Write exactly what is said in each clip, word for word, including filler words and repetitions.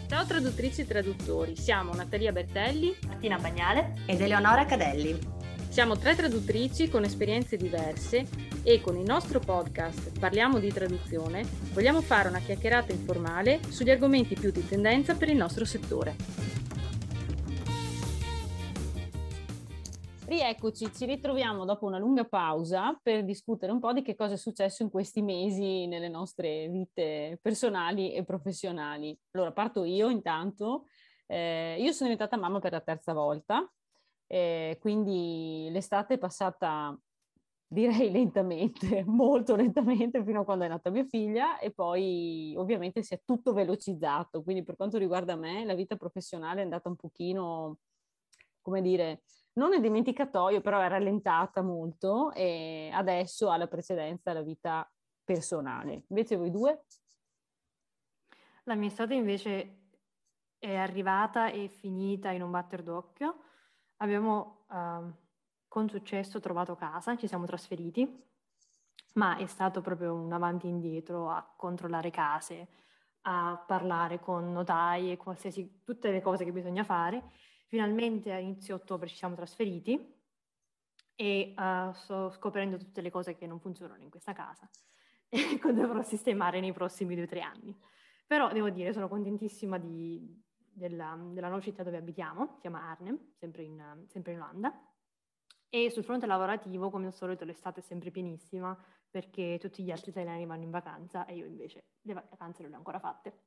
Ciao traduttrici e traduttori, siamo Natalia Bertelli, Martina Bagnale ed Eleonora Cadelli. Siamo tre traduttrici con esperienze diverse e con il nostro podcast Parliamo di traduzione vogliamo fare una chiacchierata informale sugli argomenti più di tendenza per il nostro settore. Rieccoci, ci ritroviamo dopo una lunga pausa per discutere un po' di che cosa è successo in questi mesi nelle nostre vite personali e professionali. Allora, parto io intanto. Eh, io sono diventata mamma per la terza volta, eh, quindi l'estate è passata, direi lentamente, molto lentamente, fino a quando è nata mia figlia, e poi ovviamente si è tutto velocizzato. Quindi per quanto riguarda me, la vita professionale è andata un pochino, come dire, non è dimenticatoio, però è rallentata molto e adesso ha la precedenza la vita personale. Invece voi due? La mia estate invece è arrivata e finita in un batter d'occhio. Abbiamo uh, con successo trovato casa, ci siamo trasferiti, ma è stato proprio un avanti e indietro a controllare case, a parlare con notai e qualsiasi, tutte le cose che bisogna fare. Finalmente a inizio ottobre ci siamo trasferiti e uh, sto scoprendo tutte le cose che non funzionano in questa casa e che dovrò sistemare nei prossimi due o tre anni. Però devo dire, sono contentissima di, della, della nuova città dove abitiamo, si chiama Arnhem, sempre in, sempre in Olanda. E sul fronte lavorativo, come al solito, l'estate è sempre pienissima perché tutti gli altri italiani vanno in vacanza e io invece le vacanze non le ho ancora fatte.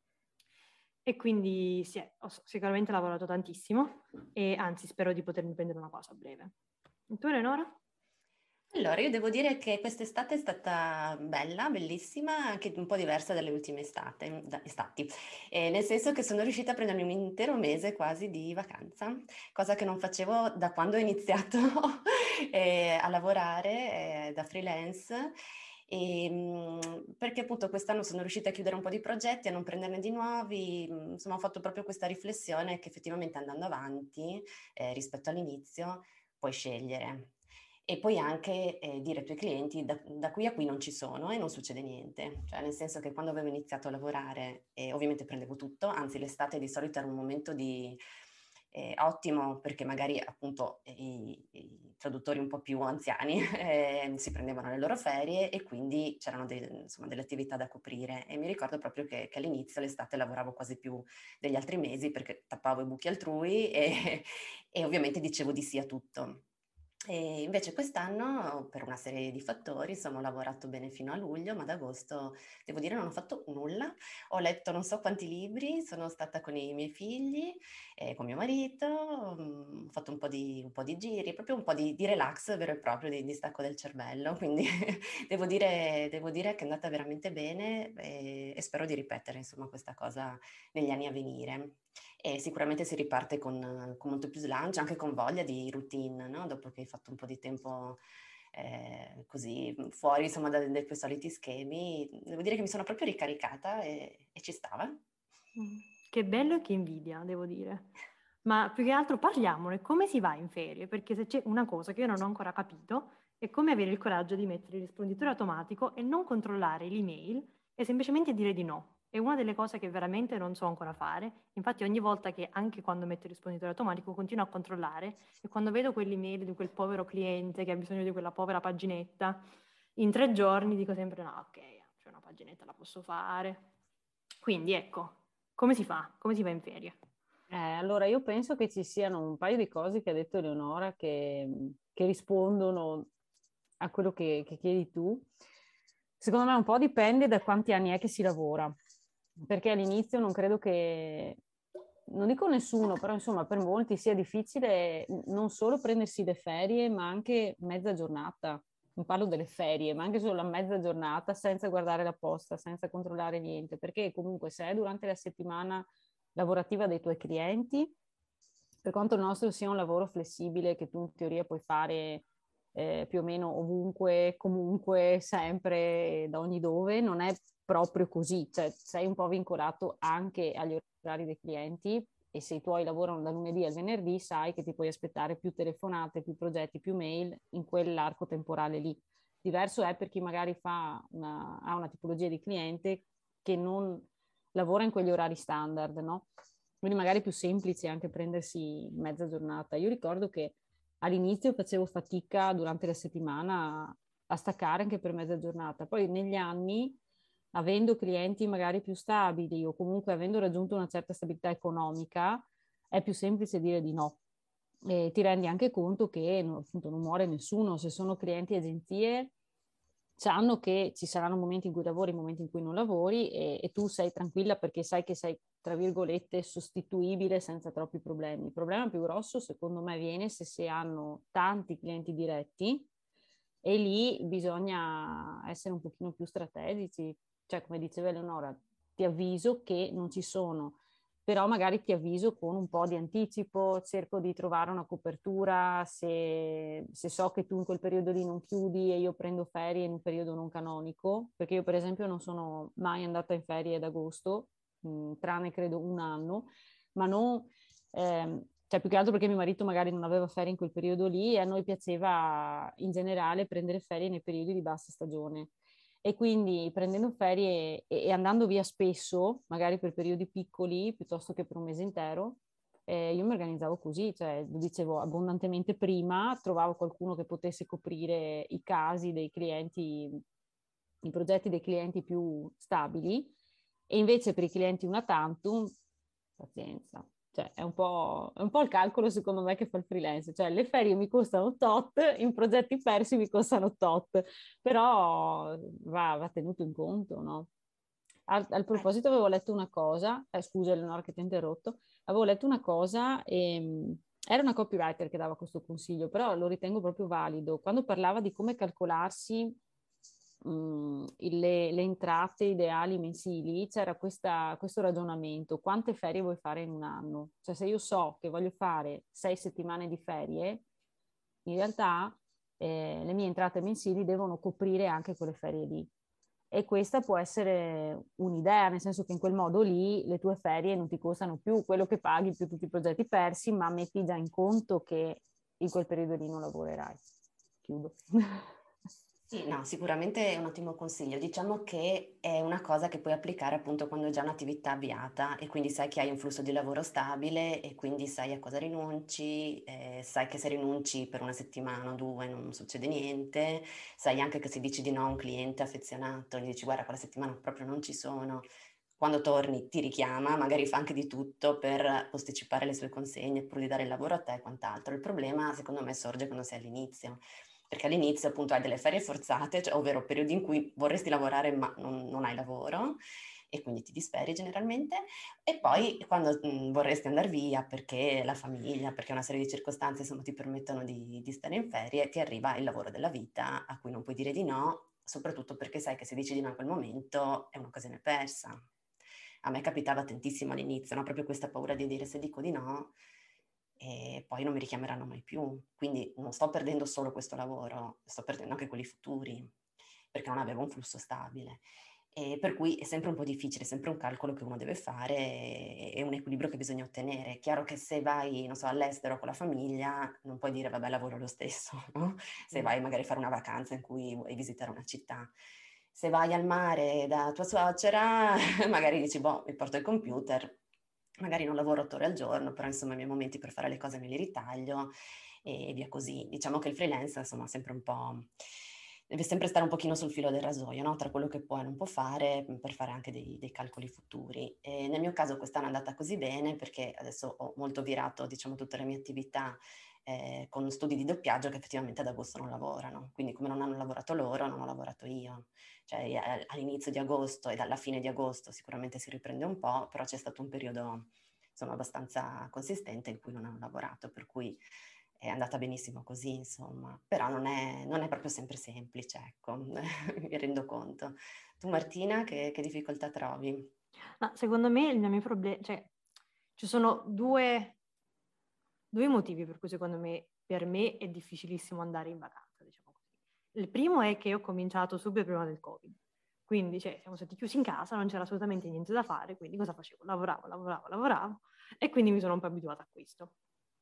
E quindi sì, ho sicuramente lavorato tantissimo e anzi spero di potermi prendere una pausa a breve. E tu, Eleonora? Allora, io devo dire che quest'estate è stata bella, bellissima, anche un po' diversa dalle ultime estate, da- estati, Eh, nel senso che sono riuscita a prendermi un intero mese quasi di vacanza, cosa che non facevo da quando ho iniziato eh, a lavorare eh, da freelance. E, mh, perché appunto quest'anno sono riuscita a chiudere un po' di progetti, a non prenderne di nuovi, mh, insomma ho fatto proprio questa riflessione che effettivamente andando avanti eh, rispetto all'inizio puoi scegliere. E poi anche eh, dire ai tuoi clienti da, da qui a qui non ci sono e non succede niente, cioè nel senso che quando avevo iniziato a lavorare eh, ovviamente prendevo tutto, anzi l'estate di solito era un momento di, eh, ottimo perché magari appunto i, i traduttori un po' più anziani eh, si prendevano le loro ferie e quindi c'erano de, insomma, delle attività da coprire e mi ricordo proprio che, che all'inizio l'estate lavoravo quasi più degli altri mesi perché tappavo i buchi altrui e, e ovviamente dicevo di sì a tutto. E invece quest'anno, per una serie di fattori, insomma, ho lavorato bene fino a luglio, ma ad agosto, devo dire, non ho fatto nulla. Ho letto non so quanti libri, sono stata con i miei figli, eh, con mio marito, mm, ho fatto un po' di, un po' di giri, proprio un po' di, di relax vero e proprio, di, di stacco del cervello. Quindi devo dire, devo dire che è andata veramente bene e, e spero di ripetere, insomma, questa cosa negli anni a venire. E sicuramente si riparte con, con molto più slancio, anche con voglia di routine, no? Dopo che hai fatto un po' di tempo eh, così fuori, insomma, da, dai tuoi soliti schemi, devo dire che mi sono proprio ricaricata e, e ci stava. Mm. Che bello e che invidia, devo dire. Ma più che altro parliamone, come si va in ferie? Perché se c'è una cosa che io non ho ancora capito è come avere il coraggio di mettere il risponditore automatico e non controllare l'email e semplicemente dire di no. È una delle cose che veramente non so ancora fare. Infatti ogni volta che, anche quando metto il risponditore automatico, continuo a controllare e quando vedo quell'email di quel povero cliente che ha bisogno di quella povera paginetta, in tre giorni dico sempre no, ok, c'è una paginetta, la posso fare. Quindi ecco, come si fa? Come si va in ferie? Eh, allora io penso che ci siano un paio di cose che ha detto Eleonora che, che rispondono a quello che, che chiedi tu. Secondo me un po' dipende da quanti anni è che si lavora, perché all'inizio non credo che, non dico nessuno, però insomma per molti sia difficile non solo prendersi le ferie, ma anche mezza giornata. Non parlo delle ferie, ma anche solo la mezza giornata senza guardare la posta, senza controllare niente, perché comunque se è durante la settimana lavorativa dei tuoi clienti, per quanto il nostro sia un lavoro flessibile che tu in teoria puoi fare eh, più o meno ovunque, comunque, sempre, da ogni dove, non è proprio così, cioè sei un po' vincolato anche agli orari dei clienti e se i tuoi lavorano dal lunedì al venerdì sai che ti puoi aspettare più telefonate, più progetti, più mail in quell'arco temporale lì. Diverso è per chi magari fa una, ha una tipologia di cliente che non lavora in quegli orari standard, no? Quindi magari è più semplice anche prendersi mezza giornata. Io ricordo che all'inizio facevo fatica durante la settimana a, a staccare anche per mezza giornata, poi negli anni, avendo clienti magari più stabili o comunque avendo raggiunto una certa stabilità economica, è più semplice dire di no. E ti rendi anche conto che no, appunto non muore nessuno. Se sono clienti e agenzie, sanno che ci saranno momenti in cui lavori, momenti in cui non lavori e, e tu sei tranquilla perché sai che sei, tra virgolette, sostituibile senza troppi problemi. Il problema più grosso, secondo me, viene se si hanno tanti clienti diretti e lì bisogna essere un pochino più strategici. Cioè, come diceva Eleonora, ti avviso che non ci sono, però magari ti avviso con un po' di anticipo, cerco di trovare una copertura se, se so che tu in quel periodo lì non chiudi e io prendo ferie in un periodo non canonico, perché io per esempio non sono mai andata in ferie ad agosto, mh, tranne credo un anno, ma non... Ehm, cioè più che altro perché mio marito magari non aveva ferie in quel periodo lì e a noi piaceva in generale prendere ferie nei periodi di bassa stagione. E quindi prendendo ferie e, e andando via spesso, magari per periodi piccoli, piuttosto che per un mese intero, eh, io mi organizzavo così, cioè lo dicevo abbondantemente prima, trovavo qualcuno che potesse coprire i casi dei clienti, i progetti dei clienti più stabili, e invece per i clienti una tantum, pazienza. Cioè, è un po', è un po' il calcolo, secondo me, che fa il freelance. Cioè, le ferie mi costano tot, in progetti persi mi costano tot, però va, va tenuto in conto, no? Al, al proposito avevo letto una cosa, eh, scusa Eleonora che ti ho interrotto, avevo letto una cosa e era una copywriter che dava questo consiglio, però lo ritengo proprio valido. Quando parlava di come calcolarsi mh, le, le entrate ideali mensili, c'era questa, questo ragionamento: quante ferie vuoi fare in un anno? Cioè se io so che voglio fare sei settimane di ferie, in realtà eh, le mie entrate mensili devono coprire anche quelle ferie lì. E questa può essere un'idea, nel senso che in quel modo lì le tue ferie non ti costano più quello che paghi più tutti i progetti persi, ma metti già in conto che in quel periodo lì non lavorerai. Chiudo. Sì, no, sicuramente è un ottimo consiglio. Diciamo che è una cosa che puoi applicare appunto quando è già un'attività avviata e quindi sai che hai un flusso di lavoro stabile e quindi sai a cosa rinunci, eh, sai che se rinunci per una settimana o due non succede niente, sai anche che se dici di no a un cliente affezionato, gli dici guarda quella settimana proprio non ci sono, quando torni ti richiama, magari fa anche di tutto per posticipare le sue consegne pur di dare il lavoro a te e quant'altro. Il problema secondo me sorge quando sei all'inizio. Perché all'inizio appunto hai delle ferie forzate, cioè, ovvero periodi in cui vorresti lavorare ma non, non hai lavoro e quindi ti disperi generalmente, e poi quando mh, vorresti andare via perché la famiglia, perché una serie di circostanze insomma ti permettono di, di stare in ferie, ti arriva il lavoro della vita a cui non puoi dire di no, soprattutto perché sai che se dici di no in quel momento è un'occasione persa. A me capitava tantissimo all'inizio, no? Proprio questa paura di dire se dico di no e poi non mi richiameranno mai più. Quindi non sto perdendo solo questo lavoro, sto perdendo anche quelli futuri, perché non avevo un flusso stabile. E per cui è sempre un po' difficile, è sempre un calcolo che uno deve fare e un equilibrio che bisogna ottenere. È chiaro che se vai, non so, all'estero con la famiglia, non puoi dire vabbè lavoro lo stesso, no? Se vai magari a fare una vacanza in cui vuoi visitare una città. Se vai al mare da tua suocera, magari dici boh, mi porto il computer, magari non lavoro otto ore al giorno, però insomma i miei momenti per fare le cose me li ritaglio e via così. Diciamo che il freelance insomma sempre un po', deve sempre stare un pochino sul filo del rasoio, no? Tra quello che può e non può fare per fare anche dei, dei calcoli futuri. E nel mio caso quest'anno è andata così bene perché adesso ho molto virato diciamo tutte le mie attività eh, con studi di doppiaggio che effettivamente ad agosto non lavorano, quindi come non hanno lavorato loro non ho lavorato io. Cioè all'inizio di agosto e dalla fine di agosto sicuramente si riprende un po', però c'è stato un periodo insomma abbastanza consistente in cui non hanno lavorato, per cui è andata benissimo così, insomma, però non è, non è proprio sempre semplice, ecco, mi rendo conto. Tu Martina, che, che difficoltà trovi? Ma secondo me il mio problema, cioè ci sono due, due motivi per cui secondo me per me è difficilissimo andare in vacanza, diciamo così. Il primo è che ho cominciato subito prima del Covid, quindi cioè, siamo stati chiusi in casa, non c'era assolutamente niente da fare, quindi cosa facevo? Lavoravo, lavoravo, lavoravo e quindi mi sono un po' abituata a questo.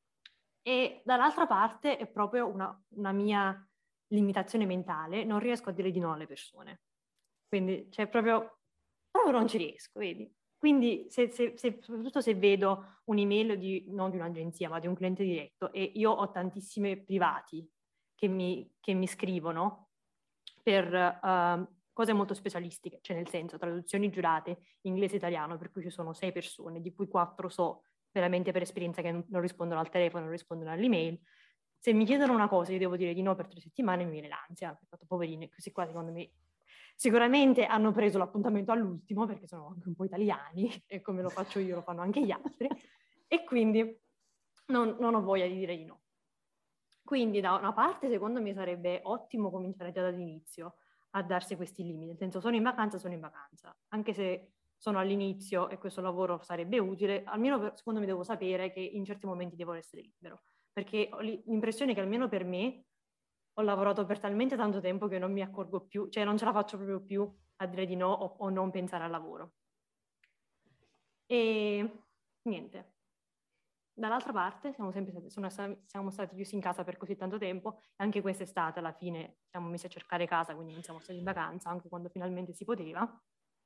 E dall'altra parte è proprio una, una mia limitazione mentale, non riesco a dire di no alle persone. Quindi, cioè, proprio, proprio non ci riesco, vedi? Quindi se, se, se, soprattutto se vedo un'email di, non di un'agenzia, ma di un cliente diretto, e io ho tantissimi privati che mi, che mi scrivono per uh, cose molto specialistiche, cioè nel senso traduzioni giurate inglese-italiano, per cui ci sono sei persone, di cui quattro so veramente per esperienza che non, non rispondono al telefono, non rispondono all'email. Se mi chiedono una cosa io devo dire di no per tre settimane, mi viene l'ansia, perché poverini, questi qua secondo me sicuramente hanno preso l'appuntamento all'ultimo, perché sono anche un po' italiani, e come lo faccio io lo fanno anche gli altri, e quindi non, non ho voglia di dire di no. Quindi da una parte secondo me sarebbe ottimo cominciare già dall'inizio a darsi questi limiti, nel senso sono in vacanza, sono in vacanza, anche se sono all'inizio e questo lavoro sarebbe utile, almeno per, secondo me devo sapere che in certi momenti devo essere libero, perché ho l'impressione che almeno per me ho lavorato per talmente tanto tempo che non mi accorgo più, cioè non ce la faccio proprio più a dire di no o, o non pensare al lavoro. E niente. Dall'altra parte siamo sempre stati, sono, siamo stati chiusi in casa per così tanto tempo, e anche quest'estate alla fine siamo messi a cercare casa, quindi non siamo stati in vacanza, anche quando finalmente si poteva.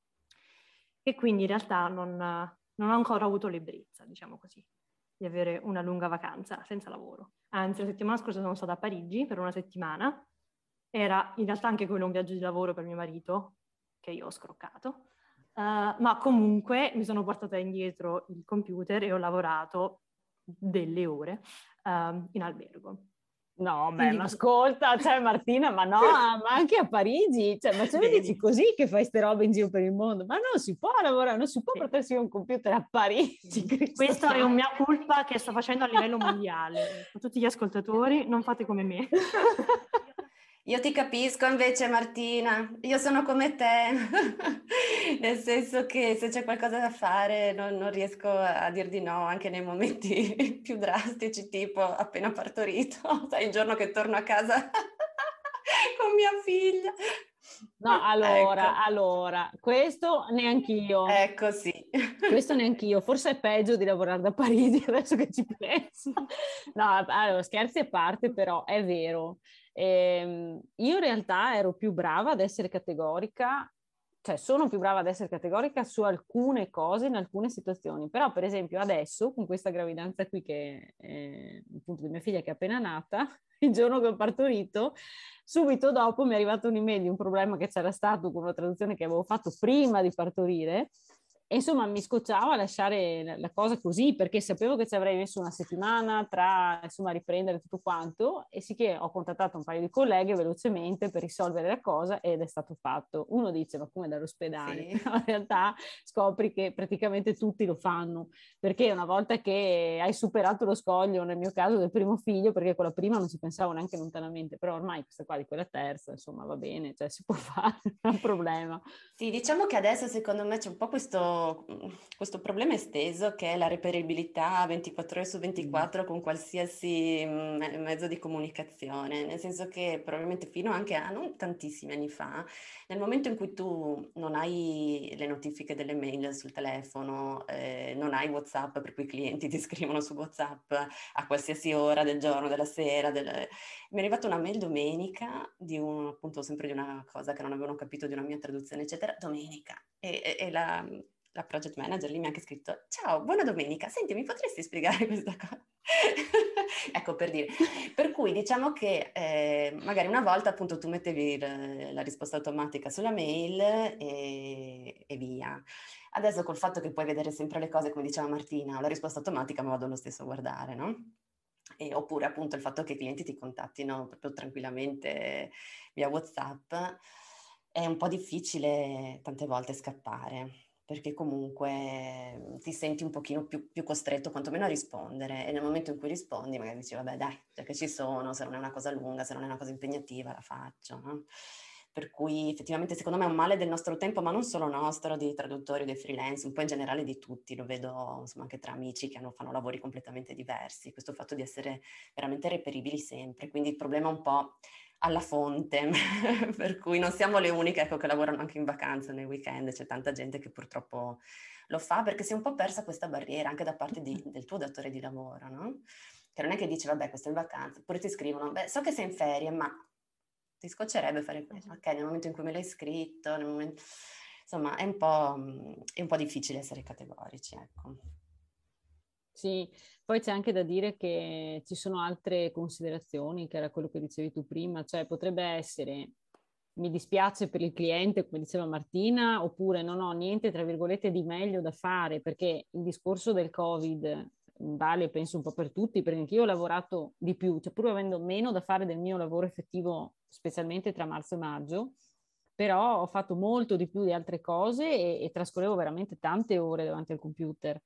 E quindi in realtà non, non ho ancora avuto l'ebbrezza, diciamo così, di avere una lunga vacanza senza lavoro. Anzi, la settimana scorsa sono stata a Parigi per una settimana, era in realtà anche quello un viaggio di lavoro per mio marito, che io ho scroccato, uh, ma comunque mi sono portata indietro il computer e ho lavorato delle ore uh, in albergo. No, beh, Quindi... ma ascolta, cioè Martina, ma no, ma anche a Parigi, cioè, ma se lo dici così che fai ste robe in giro per il mondo, ma non si può lavorare, non si può sì. portarsi un computer a Parigi. Questa è un mia colpa che sto facendo a livello mondiale. Per tutti gli ascoltatori, non fate come me. Io ti capisco invece Martina, io sono come te, nel senso che se c'è qualcosa da fare non, non riesco a dir di no anche nei momenti più drastici, tipo appena partorito, sai, il giorno che torno a casa con mia figlia. No, allora, ecco. allora, questo neanch'io. Ecco, sì. Questo neanch'io, forse è peggio di lavorare da Parigi adesso che ci penso. No, allora, scherzi a parte, però è vero. Ehm, io in realtà ero più brava ad essere categorica, cioè sono più brava ad essere categorica su alcune cose in alcune situazioni, però per esempio adesso con questa gravidanza qui che è appunto di mia figlia che è appena nata, il giorno che ho partorito, subito dopo mi è arrivata un'email di un problema che c'era stato con una traduzione che avevo fatto prima di partorire. E insomma mi scocciava a lasciare la, la cosa così perché sapevo che ci avrei messo una settimana tra insomma riprendere tutto quanto e sì che ho contattato un paio di colleghe velocemente per risolvere la cosa ed è stato fatto. Uno dice ma come dall'ospedale? Sì. Però in realtà scopri che praticamente tutti lo fanno perché una volta che hai superato lo scoglio, nel mio caso del primo figlio, perché con la prima non ci pensavo neanche lontanamente, però ormai questa qua di quella terza insomma va bene, cioè si può fare, non è un problema. Sì, diciamo che adesso secondo me c'è un po' questo, questo problema esteso che è la reperibilità ventiquattro ore su ventiquattro mm. con qualsiasi me- mezzo di comunicazione, nel senso che probabilmente fino anche a non tantissimi anni fa, nel momento in cui tu non hai le notifiche delle mail sul telefono, eh, non hai WhatsApp per cui i clienti ti scrivono su WhatsApp a qualsiasi ora del giorno, della sera, del... mi è arrivata una mail domenica di un, appunto sempre di una cosa che non avevano capito di una mia traduzione eccetera, domenica e, e, e la, la project manager lì mi ha anche scritto ciao, buona domenica, senti mi potresti spiegare questa cosa? Ecco per dire, per cui diciamo che eh, magari una volta appunto tu mettevi la, la risposta automatica sulla mail e, e via. Adesso col fatto che puoi vedere sempre le cose come diceva Martina, ho la risposta automatica ma vado lo stesso a guardare, no? E, oppure appunto il fatto che i clienti ti contattino proprio tranquillamente via WhatsApp. È un po' difficile tante volte scappare, perché comunque ti senti un pochino più, più costretto quantomeno a rispondere e nel momento in cui rispondi magari dici vabbè dai, già che ci sono, se non è una cosa lunga, se non è una cosa impegnativa la faccio, no? Per cui effettivamente secondo me è un male del nostro tempo, ma non solo nostro, di traduttori, dei freelance, un po' in generale di tutti, lo vedo insomma anche tra amici che hanno, fanno lavori completamente diversi, questo fatto di essere veramente reperibili sempre, quindi il problema è un po' alla fonte, per cui non siamo le uniche ecco, che lavorano anche in vacanza, nei weekend, c'è tanta gente che purtroppo lo fa perché si è un po' persa questa barriera anche da parte di, del tuo datore di lavoro, no? Che non è che dici vabbè questo è in vacanza, oppure ti scrivono, beh so che sei in ferie ma ti scoccerebbe fare questo, ok nel momento in cui me l'hai scritto, nel momento... insomma è un po', è un po' difficile essere categorici, ecco. Sì, poi c'è anche da dire che ci sono altre considerazioni, che era quello che dicevi tu prima, cioè potrebbe essere, mi dispiace per il cliente, come diceva Martina, oppure non ho niente, tra virgolette, di meglio da fare, perché il discorso del Covid vale, penso, un po' per tutti, perché anch'io ho lavorato di più, cioè pur avendo meno da fare del mio lavoro effettivo, specialmente tra marzo e maggio, però ho fatto molto di più di altre cose e, e trascorrevo veramente tante ore davanti al computer.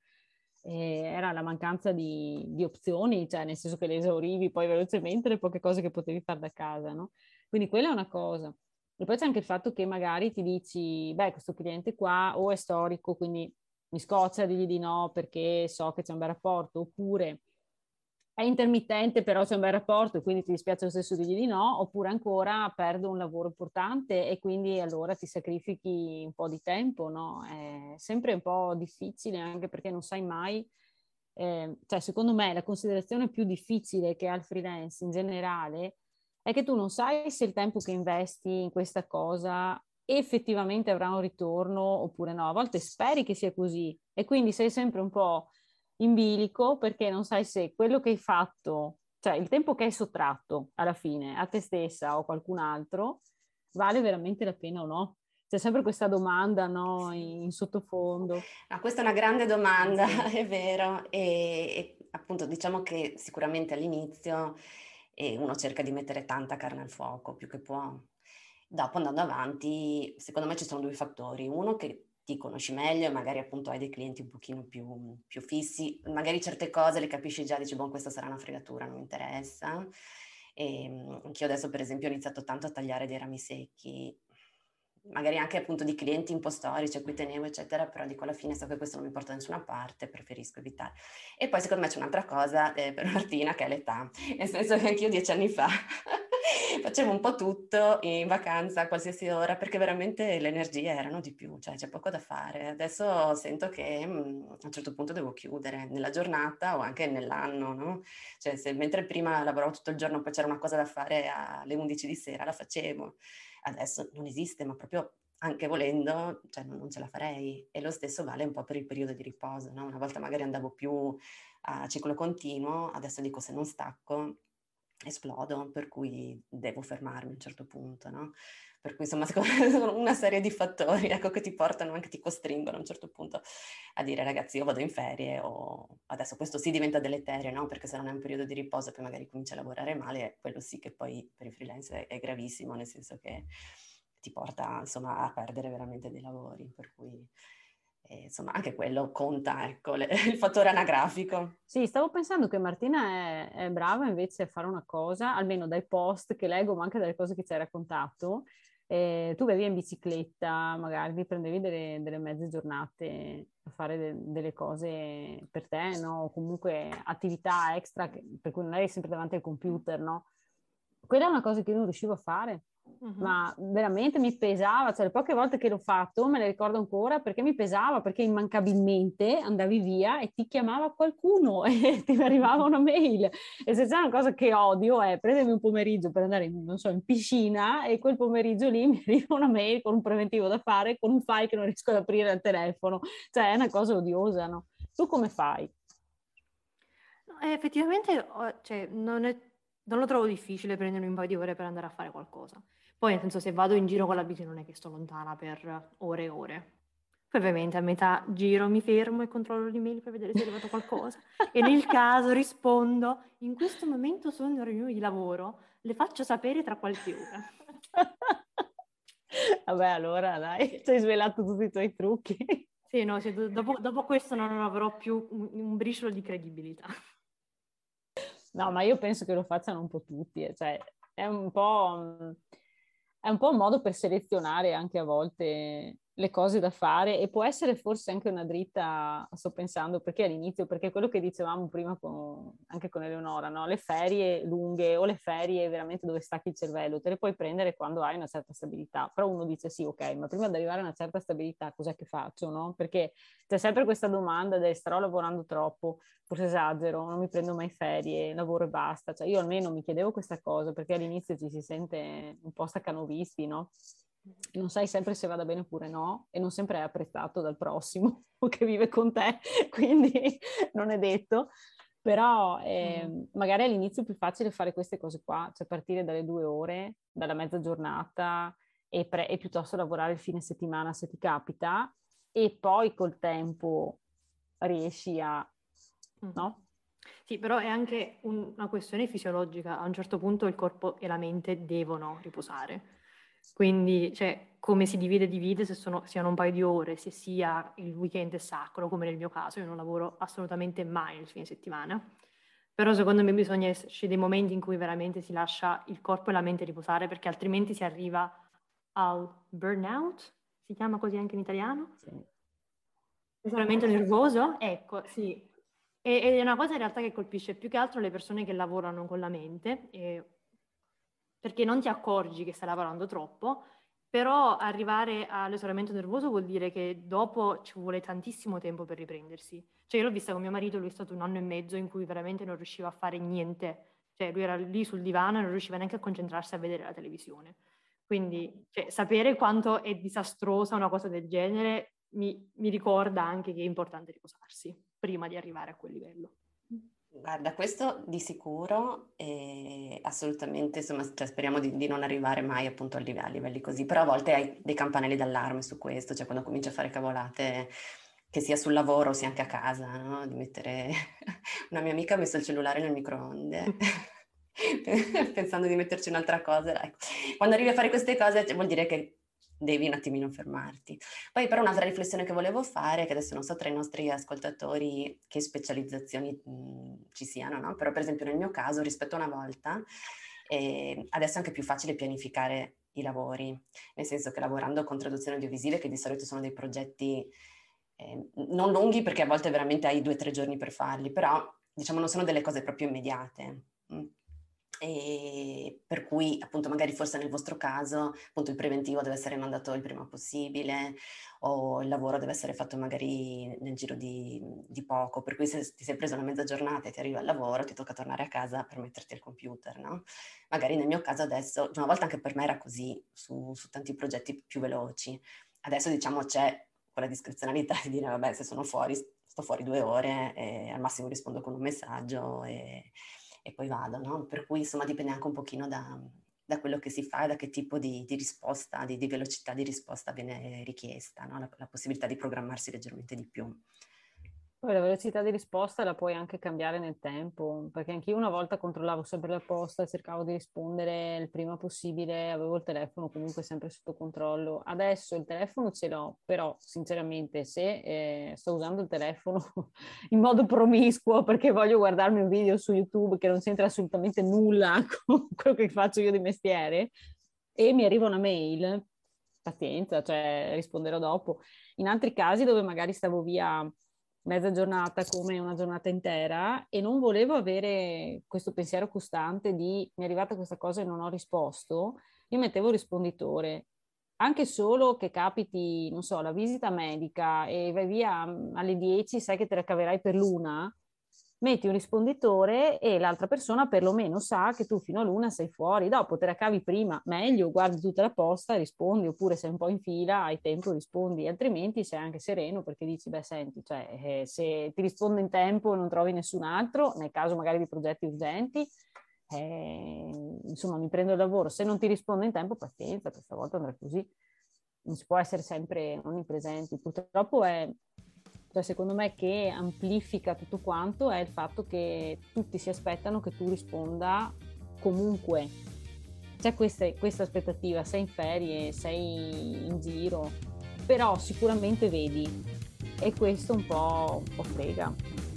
E era la mancanza di, di opzioni, cioè nel senso che le esaurivi poi velocemente le poche cose che potevi fare da casa, no? Quindi quella è una cosa. E poi c'è anche il fatto che magari ti dici, beh, questo cliente qua o è storico, quindi mi scoccia dirgli di no perché so che c'è un bel rapporto, oppure è intermittente però c'è un bel rapporto e quindi ti dispiace lo stesso dirgli di no, oppure ancora perdo un lavoro importante e quindi allora ti sacrifichi un po' di tempo, no? È sempre un po' difficile anche perché non sai mai, eh, cioè secondo me la considerazione più difficile che ha il freelance in generale è che tu non sai se il tempo che investi in questa cosa effettivamente avrà un ritorno oppure no. A volte speri che sia così e quindi sei sempre un po' in bilico perché non sai se quello che hai fatto, cioè il tempo che hai sottratto alla fine a te stessa o a qualcun altro, vale veramente la pena o no? C'è sempre questa domanda, no, in, in sottofondo. Ah, questa è una grande domanda, sì. È vero, e, e appunto diciamo che sicuramente all'inizio eh, uno cerca di mettere tanta carne al fuoco, più che può. Dopo andando avanti, secondo me ci sono due fattori. Uno che ti conosci meglio e magari appunto hai dei clienti un pochino più, più fissi, magari certe cose le capisci già, dici, boh, questa sarà una fregatura, non mi interessa. E, anch'io adesso per esempio ho iniziato tanto a tagliare dei rami secchi, magari anche appunto di clienti un po' storici a cui tenevo eccetera, però dico alla fine so che questo non mi porta da nessuna parte, preferisco evitare. E poi secondo me c'è un'altra cosa eh, per Martina che è l'età, nel senso che anch'io dieci anni fa facevo un po' tutto in vacanza a qualsiasi ora perché veramente le energie erano di più, cioè c'è poco da fare. Adesso sento che mh, a un certo punto devo chiudere nella giornata o anche nell'anno, no? Cioè se mentre prima lavoravo tutto il giorno poi c'era una cosa da fare alle undici di sera la facevo. Adesso non esiste, ma proprio anche volendo, cioè non, non ce la farei. E lo stesso vale un po' per il periodo di riposo, no? Una volta magari andavo più a ciclo continuo, adesso dico se non stacco esplodo, per cui devo fermarmi a un certo punto, no? Per cui insomma secondo me sono una serie di fattori, ecco, che ti portano, anche ti costringono a un certo punto a dire ragazzi io vado in ferie o adesso questo sì diventa deleterio, no? Perché se non è un periodo di riposo poi magari cominci a lavorare male, quello sì che poi per i freelance è, è gravissimo, nel senso che ti porta insomma a perdere veramente dei lavori, per cui eh, insomma anche quello conta, ecco, le, il fattore anagrafico. Sì, stavo pensando che Martina è, è brava invece a fare una cosa, almeno dai post che leggo, ma anche dalle cose che ci hai raccontato. Eh, tu vai via in bicicletta, magari ti prendevi delle, delle mezze giornate a fare de- delle cose per te, no? O comunque attività extra che- per cui non eri sempre davanti al computer, no? Quella è una cosa che io non riuscivo a fare. Uh-huh. Ma veramente mi pesava, cioè le poche volte che l'ho fatto me le ricordo ancora perché mi pesava, perché immancabilmente andavi via e ti chiamava qualcuno e ti arrivava una mail. E se c'è una cosa che odio è prendermi un pomeriggio per andare in, non so, in piscina e quel pomeriggio lì mi arriva una mail con un preventivo da fare, con un file che non riesco ad aprire al telefono. Cioè è una cosa odiosa, no? Tu come fai? No, effettivamente cioè, non, è, non lo trovo difficile prendermi un paio di ore per andare a fare qualcosa. Poi, nel senso, se vado in giro con la bici non è che sto lontana per ore e ore. Poi ovviamente a metà giro mi fermo e controllo l'email per vedere se è arrivato qualcosa. E nel caso rispondo, in questo momento sono in riunione di lavoro, le faccio sapere tra qualche ora. Vabbè, allora dai, ci hai svelato tutti i tuoi trucchi. Sì, no, cioè, dopo, dopo questo non avrò più un, un briciolo di credibilità. No, ma io penso che lo facciano un po' tutti, eh. Cioè è un po', è un po' un modo per selezionare anche a volte le cose da fare e può essere forse anche una dritta, sto pensando, perché all'inizio, perché quello che dicevamo prima con, anche con Eleonora, no? Le ferie lunghe o le ferie veramente dove stacchi il cervello, te le puoi prendere quando hai una certa stabilità, però uno dice sì, ok, ma prima di arrivare a una certa stabilità cos'è che faccio, no? Perché c'è sempre questa domanda del starò lavorando troppo, forse esagero, non mi prendo mai ferie, lavoro e basta. Cioè io almeno mi chiedevo questa cosa perché all'inizio ci si sente un po' staccanovisti, no? non sai sempre se vada bene oppure no, e non sempre è apprezzato dal prossimo che vive con te, quindi non è detto. Però eh, mm. magari all'inizio è più facile fare queste cose qua, cioè partire dalle due ore, dalla mezza giornata e, pre- e piuttosto lavorare il fine settimana se ti capita, e poi col tempo riesci a... Mm. no? Sì, però è anche un- una questione fisiologica. A un certo punto il corpo e la mente devono riposare. Quindi, cioè, come si divide, divide, se sono, siano un paio di ore, se sia il weekend è sacro, come nel mio caso, io non lavoro assolutamente mai nel fine settimana. Però secondo me bisogna esserci dei momenti in cui veramente si lascia il corpo e la mente riposare, perché altrimenti si arriva al burnout, si chiama così anche in italiano? Sì. Isolamento nervoso? Ecco, sì. E, ed è una cosa in realtà che colpisce più che altro le persone che lavorano con la mente, e, perché non ti accorgi che stai lavorando troppo, però arrivare all'isolamento nervoso vuol dire che dopo ci vuole tantissimo tempo per riprendersi. Cioè io l'ho vista con mio marito, lui è stato un anno e mezzo in cui veramente non riusciva a fare niente. Cioè lui era lì sul divano e non riusciva neanche a concentrarsi a vedere la televisione. Quindi cioè, sapere quanto è disastrosa una cosa del genere mi, mi ricorda anche che è importante riposarsi prima di arrivare a quel livello. Guarda, questo di sicuro, e assolutamente, insomma, cioè, speriamo di, di non arrivare mai appunto a livelli, a livelli così, però a volte hai dei campanelli d'allarme su questo, cioè quando cominci a fare cavolate, che sia sul lavoro sia anche a casa, no? Di mettere... Una mia amica ha messo il cellulare nel microonde, pensando di metterci un'altra cosa. Ecco. Quando arrivi a fare queste cose cioè, vuol dire che devi un attimino fermarti. Poi però un'altra riflessione che volevo fare, che adesso non so tra i nostri ascoltatori che specializzazioni mh, ci siano, no? Però per esempio nel mio caso rispetto a una volta, eh, adesso è anche più facile pianificare i lavori, nel senso che lavorando con traduzioni audiovisive, che di solito sono dei progetti eh, non lunghi perché a volte veramente hai due o tre giorni per farli, però diciamo non sono delle cose proprio immediate. Mh. E per cui appunto magari forse nel vostro caso appunto il preventivo deve essere mandato il prima possibile o il lavoro deve essere fatto magari nel giro di, di poco, per cui se ti sei preso una mezza giornata e ti arriva al lavoro ti tocca tornare a casa per metterti al computer, no? Magari nel mio caso adesso, una volta anche per me era così su, su tanti progetti più veloci, adesso diciamo c'è quella discrezionalità di dire vabbè se sono fuori sto fuori due ore e al massimo rispondo con un messaggio e e poi vado, no? Per cui insomma dipende anche un pochino da, da quello che si fa e da che tipo di, di risposta, di, di velocità di risposta viene richiesta, no? La, la possibilità di programmarsi leggermente di più. Poi la velocità di risposta la puoi anche cambiare nel tempo, perché anch'io una volta controllavo sempre la posta, cercavo di rispondere il prima possibile, avevo il telefono comunque sempre sotto controllo. Adesso il telefono ce l'ho, però sinceramente se eh, sto usando il telefono in modo promiscuo perché voglio guardarmi un video su YouTube che non c'entra assolutamente nulla con quello che faccio io di mestiere e mi arriva una mail, pazienza, cioè risponderò dopo. In altri casi dove magari stavo via mezza giornata come una giornata intera e non volevo avere questo pensiero costante di mi è arrivata questa cosa e non ho risposto, io mettevo il risponditore. Anche solo che capiti, non so, la visita medica e vai via alle dieci, sai che te la caverai per l'una, metti un risponditore e l'altra persona perlomeno sa che tu fino all'una sei fuori, dopo te la cavi prima, meglio, guardi tutta la posta e rispondi, oppure sei un po' in fila, hai tempo, rispondi, altrimenti sei anche sereno perché dici, beh senti, cioè, eh, se ti rispondo in tempo e non trovi nessun altro, nel caso magari di progetti urgenti, eh, insomma mi prendo il lavoro, se non ti rispondo in tempo, pazienza, questa volta andrà così, non si può essere sempre onnipresenti, purtroppo è... Cioè, secondo me che amplifica tutto quanto è il fatto che tutti si aspettano che tu risponda comunque. C'è questa, questa aspettativa, sei in ferie, sei in giro, però sicuramente vedi e questo un po', un po' frega.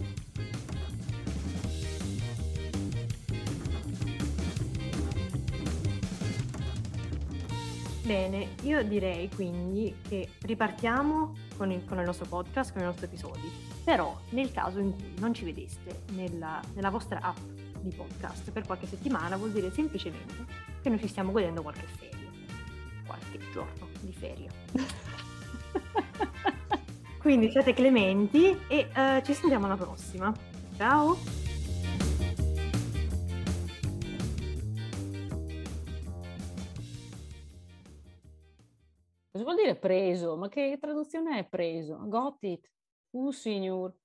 Bene, io direi quindi che ripartiamo con il, con il nostro podcast, con i nostri episodi, però nel caso in cui non ci vedeste nella, nella vostra app di podcast per qualche settimana vuol dire semplicemente che noi ci stiamo godendo qualche ferie, qualche giorno di ferie. Quindi siate clementi e uh, ci sentiamo alla prossima. Ciao! Cosa vuol dire preso? Ma che traduzione è preso? Got it. Uh, signor.